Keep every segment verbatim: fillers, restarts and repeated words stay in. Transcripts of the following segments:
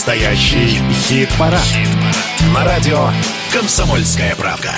Настоящий хит-парад. На радио «Комсомольская правда».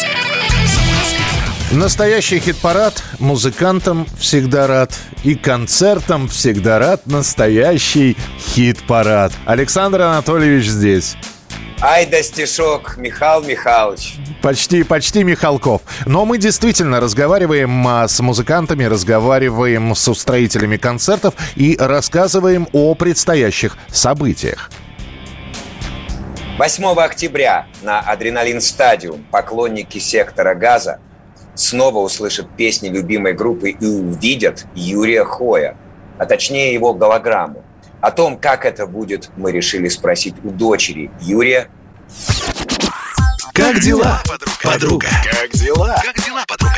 Настоящий хит-парад. Музыкантам всегда рад. И концертам всегда рад. Настоящий хит-парад. Александр Анатольевич здесь. Ай да стишок, Михаил Михайлович. Почти, почти Михалков. Но мы действительно разговариваем а, с музыкантами, разговариваем с устроителями концертов и рассказываем о предстоящих событиях. восьмого октября на Адреналин Стадиум поклонники Сектора Газа снова услышат песни любимой группы и увидят Юрия Хоя, а точнее его голограмму. О том, как это будет, мы решили спросить у дочери Юрия. Как дела, подруга? Как дела? Как дела, подруга?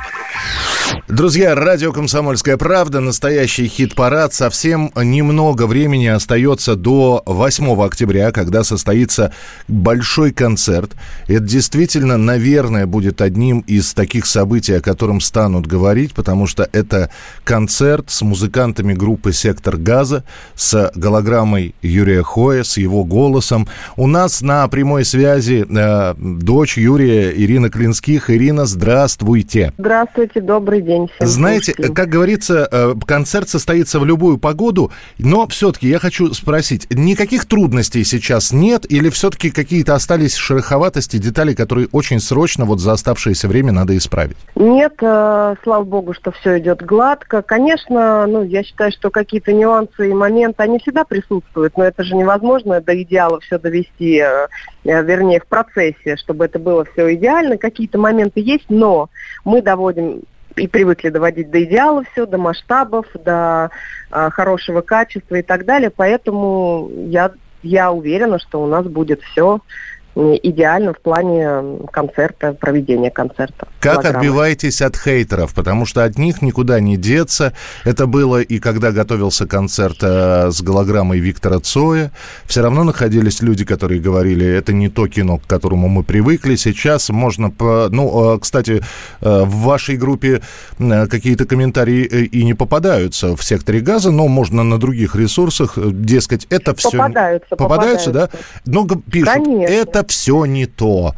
Друзья, радио «Комсомольская правда», настоящий хит-парад. Совсем немного времени остается до восьмого октября, когда состоится большой концерт. Это действительно, наверное, будет одним из таких событий, о котором станут говорить, потому что это концерт с музыкантами группы «Сектор Газа», с голограммой Юрия Хоя, с его голосом. У нас на прямой связи э, дочь Юрия, Ирина Клинских. Ирина, здравствуйте. Здравствуйте, добрый день. Знаете, слушателям. Как говорится, концерт состоится в любую погоду, но все-таки я хочу спросить, никаких трудностей сейчас нет или все-таки какие-то остались шероховатости, детали, которые очень срочно вот за оставшееся время надо исправить? Нет, э, слава богу, что все идет гладко. Конечно, ну, я считаю, что какие-то нюансы и моменты, они всегда присутствуют, но это же невозможно до идеала все довести, э, вернее, в процессе, чтобы это было все идеально. Какие-то моменты есть, но мы доводим и привыкли доводить до идеала все, до масштабов, до э, хорошего качества и так далее. Поэтому я, я уверена, что у нас будет все идеально в плане концерта, проведения концерта. Как программы. Отбиваетесь от хейтеров? Потому что от них никуда не деться. Это было и когда готовился концерт э, с голограммой Виктора Цоя. Все равно находились люди, которые говорили, это не то кино, к которому мы привыкли. Сейчас можно... По... Ну, э, кстати, э, в вашей группе э, какие-то комментарии и не попадаются в «Секторе Газа», но можно на других ресурсах, дескать, это все... Попадаются, попадаются. Попадаются, да? Много пишут, Конечно. Это все не то.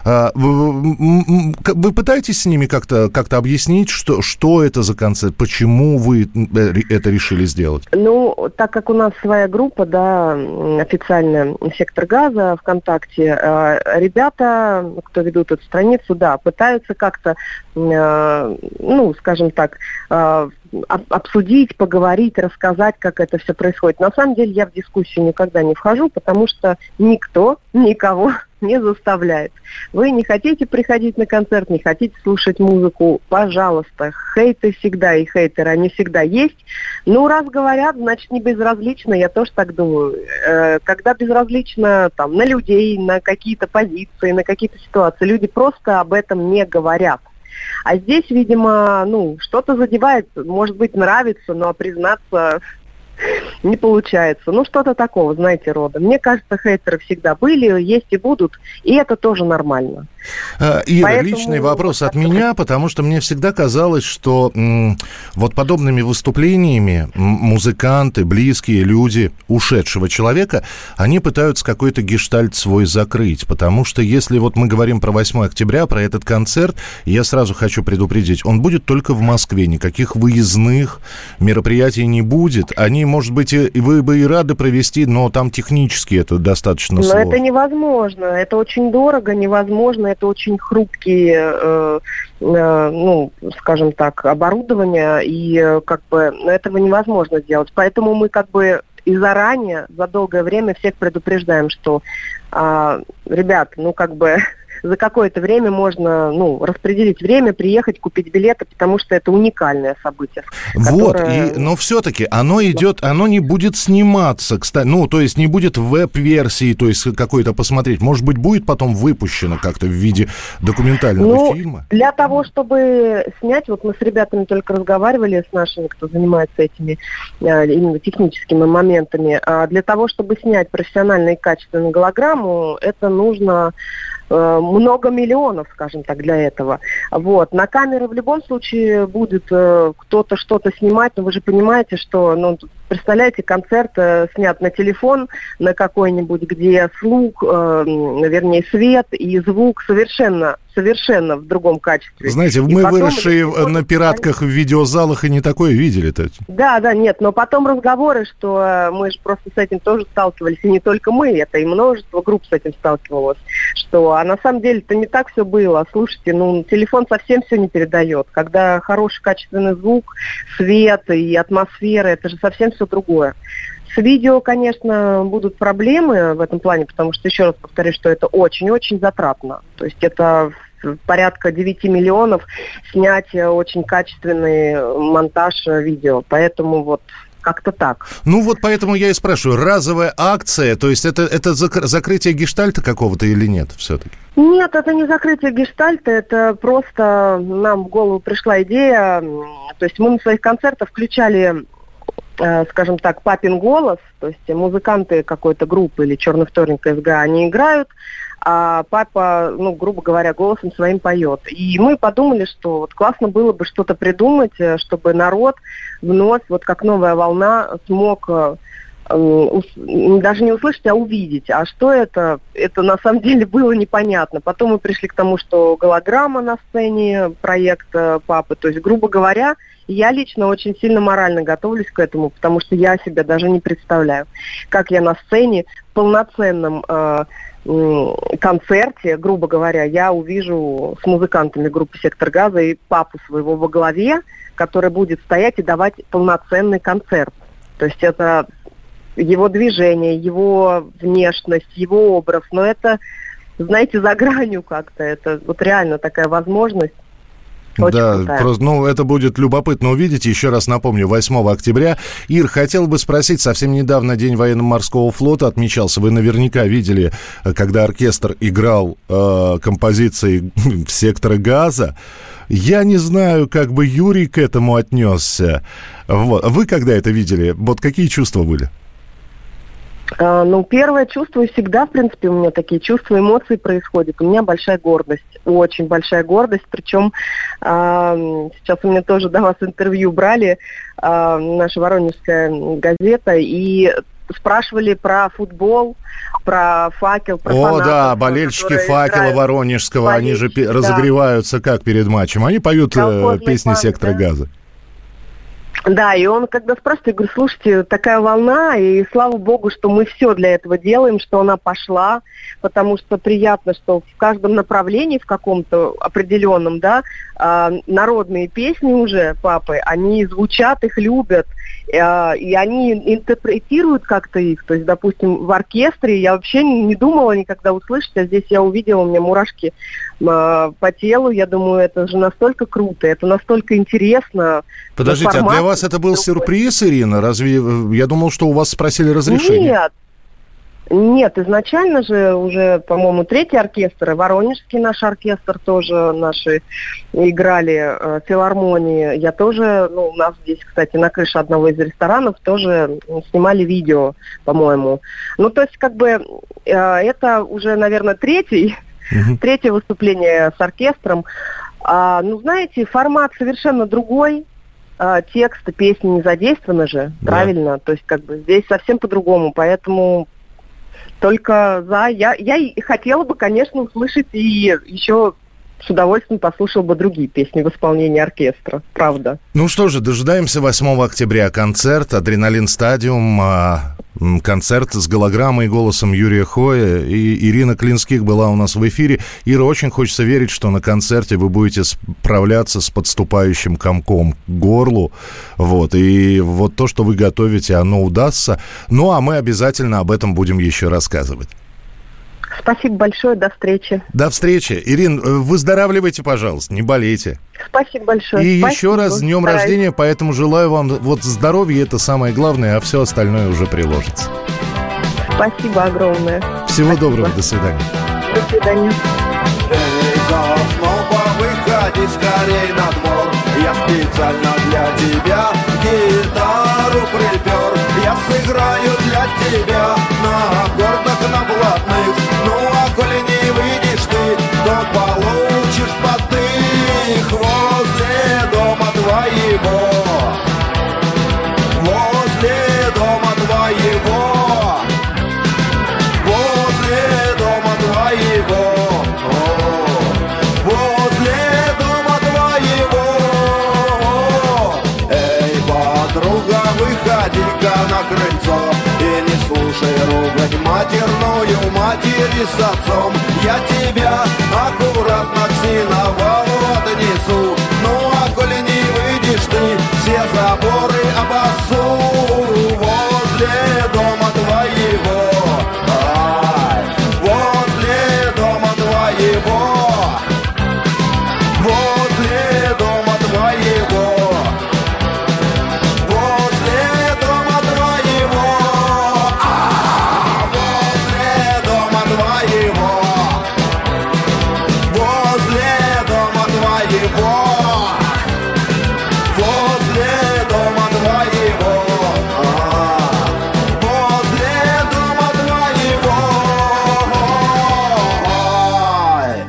Вы, вы пытаетесь с ними как-то, как-то объяснить, что, что это за концерт, почему вы это решили сделать? Ну, так как у нас своя группа, да, официальная «Сектор Газа» ВКонтакте, ребята, кто ведут эту страницу, да, пытаются как-то, ну, скажем так, обсудить, поговорить, рассказать, как это все происходит. На самом деле я в дискуссию никогда не вхожу, потому что никто никого не заставляет. Вы не хотите приходить на концерт, не хотите слушать музыку, пожалуйста. Хейты всегда и хейтеры, они всегда есть. Ну, раз говорят, значит, не безразлично, я тоже так думаю. Когда безразлично там, на людей, на какие-то позиции, на какие-то ситуации, люди просто об этом не говорят. А здесь, видимо, ну, что-то задевает, может быть, нравится, но признаться не получается. Ну, что-то такого, знаете, рода. Мне кажется, хейтеры всегда были, есть и будут, и это тоже нормально. Ира, Поэтому... личный вопрос от меня, потому что мне всегда казалось, что м, вот подобными выступлениями м, музыканты, близкие люди ушедшего человека, они пытаются какой-то гештальт свой закрыть, потому что если вот мы говорим про восьмое октября, про этот концерт, я сразу хочу предупредить, он будет только в Москве, никаких выездных мероприятий не будет. Они, может быть, и вы бы и рады провести, но там технически это достаточно сложно. Но это невозможно, это очень дорого, невозможно, это очень хрупкие, э, э, ну, скажем так, оборудование, и э, как бы этого невозможно сделать. Поэтому мы как бы и заранее, за долгое время всех предупреждаем, что, э, ребят, ну как бы... за какое-то время можно, ну, распределить время, приехать, купить билеты, потому что это уникальное событие. Вот, которое... и, но все-таки оно идет, оно не будет сниматься, кстати, ну, то есть не будет в веб-версии, то есть какой-то посмотреть. Может быть, будет потом выпущено как-то в виде документального ну, фильма? Для того, чтобы снять, вот мы с ребятами только разговаривали, с нашими, кто занимается этими именно техническими моментами, а для того, чтобы снять профессионально и качественно голограмму, это нужно... много миллионов, скажем так, для этого. Вот. На камеры в любом случае будет э, кто-то что-то снимать, но вы же понимаете, что, ну, представляете, концерт э, снят на телефон, на какой-нибудь, где слух, э, вернее, свет и звук совершенно, совершенно в другом качестве. Знаете, и мы, потом выросшие на пиратках в видеозалах, и не такое видели-то. Да, да, нет, но потом разговоры, что э, мы же просто с этим тоже сталкивались, и не только мы, это и множество групп с этим сталкивалось, что, а на самом деле-то не так все было. Слушайте, ну, телефон совсем все не передает. Когда хороший качественный звук, свет и атмосфера, это же совсем все другое. С видео, конечно, будут проблемы в этом плане, потому что, еще раз повторю, что это очень-очень затратно. То есть это порядка девять миллионов снять очень качественный монтаж видео. Поэтому вот как-то так. Ну вот поэтому я и спрашиваю, разовая акция, то есть это, это зак- закрытие гештальта какого-то или нет все-таки? Нет, это не закрытие гештальта, это просто нам в голову пришла идея. То есть мы на своих концертах включали, э, скажем так, папин голос, то есть музыканты какой-то группы или «Черный вторник» СГА, они играют, а папа, ну, грубо говоря, голосом своим поет. И мы подумали, что вот классно было бы что-то придумать, чтобы народ вновь, вот как новая волна, смог э, ус- даже не услышать, а увидеть. А что это? Это на самом деле было непонятно. Потом мы пришли к тому, что голограмма на сцене, проект э, папы. То есть, грубо говоря, я лично очень сильно морально готовлюсь к этому, потому что я себя даже не представляю, как я на сцене в полноценном э, концерте, грубо говоря, я увижу с музыкантами группы «Сектор газа» и папу своего во главе, который будет стоять и давать полноценный концерт. То есть это его движение, его внешность, его образ. Но это, знаете, за гранью как-то. Это вот реально такая возможность. Очень да, крутая. просто, ну, это будет любопытно увидеть. Еще раз напомню, восьмого октября. Ир, хотел бы спросить, совсем недавно День военно-морского флота отмечался. Вы наверняка видели, когда оркестр играл э, композиции «Сектора газа». Я не знаю, как бы Юрий к этому отнесся. Вот. Вы когда это видели? Вот какие чувства были? А, ну, первое чувство, и всегда, в принципе, у меня такие чувства, эмоции происходят. У меня большая гордость, очень большая гордость. Причем а, сейчас у меня тоже до вас интервью брали, а, наша воронежская газета, и спрашивали про футбол, про «Факел», про О, фанатов, да, болельщики «Факела» играют. воронежского, они же пе- да. разогреваются как перед матчем? Они поют э, песни фан, «Сектора да. газа». Да, и он когда спрашивает, я говорю, слушайте, такая волна, и слава богу, что мы все для этого делаем, что она пошла, потому что приятно, что в каждом направлении, в каком-то определенном, да, народные песни уже папы, они звучат, их любят, и они интерпретируют как-то их. То есть, допустим, в оркестре я вообще не думала никогда услышать, а здесь я увидела, у меня мурашки по телу, я думаю, это же настолько круто, это настолько интересно. Подождите, а для вас это был сюрприз, Ирина? Разве я думал, что у вас спросили разрешение? Нет. Нет, изначально же уже, по-моему, третий оркестр, Воронежский наш оркестр тоже наши играли, э, филармонии. Я тоже, ну, у нас здесь, кстати, на крыше одного из ресторанов тоже снимали видео, по-моему. Ну, то есть, как бы, э, это уже, наверное, третий, uh-huh. третье выступление с оркестром. А, ну, знаете, формат совершенно другой. А, тексты, песни не задействованы же, да. Правильно? То есть, как бы, здесь совсем по-другому, поэтому... Только за. Я, я и хотела бы, конечно, услышать и еще с удовольствием послушала бы другие песни в исполнении оркестра. Правда. Ну что же, дожидаемся восьмого октября. Концерт «Адреналин Стадиум». Концерт с голограммой и голосом Юрия Хоя. И Ирина Клинских была у нас в эфире. Ира, очень хочется верить, что на концерте вы будете справляться с подступающим комком к горлу. Вот. И вот то, что вы готовите, оно удастся. Ну, а мы обязательно об этом будем еще рассказывать. Спасибо большое, до встречи. До встречи. Ирин, выздоравливайте, пожалуйста, не болейте. Спасибо большое. И Спасибо. еще раз с днем Стараюсь. рождения, поэтому желаю вам вот здоровья, это самое главное, а все остальное уже приложится. Спасибо огромное. Всего Спасибо. доброго, до свидания. До свидания. Эй, за снова выходи скорей на двор. Я специально для тебя гитару припер. Я сыграю для тебя на аккордах, на блатных. Ну а коли не выйдешь ты, то получишь подых возле дома твоего. Возле дома твоего. Возле дома твоего. Возле дома твоего. Эй, подруга, выходи-ка на крыльцо и не слушай ругань матерную, матери с отцом. Я тебя аккуратно к сеновалу отнесу. Ну а коли не выйдешь ты, все заборы обоссу. Возле дома твоего. Ай, возле дома твоего. Возле дома твоего. Возле дома твоего. А, возле дома твоего. Возле дома твоего. Возле дома твоего. А, возле дома твоего. Ай.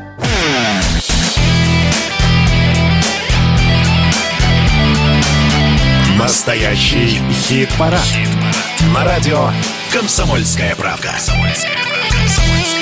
Настоящий хит-парад. На радио «Комсомольская правда».